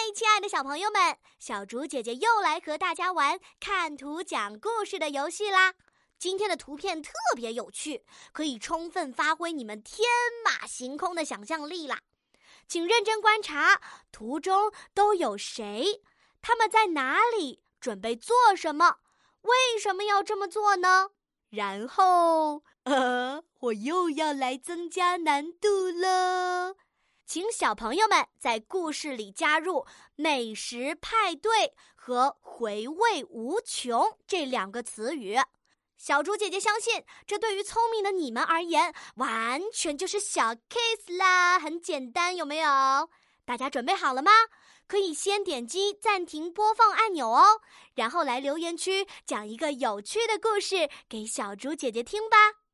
亲爱的小朋友们，小竹姐姐又来和大家玩看图讲故事的游戏啦。今天的图片特别有趣，可以充分发挥你们天马行空的想象力啦。请认真观察，图中都有谁？他们在哪里？准备做什么？为什么要这么做呢？然后，我又要来增加难度了。请小朋友们在故事里加入美食派对和回味无穷这两个词语。小猪姐姐相信，这对于聪明的你们而言，完全就是小 case 啦，很简单，有没有？大家准备好了吗？可以先点击暂停播放按钮哦，然后来留言区讲一个有趣的故事给小猪姐姐听吧。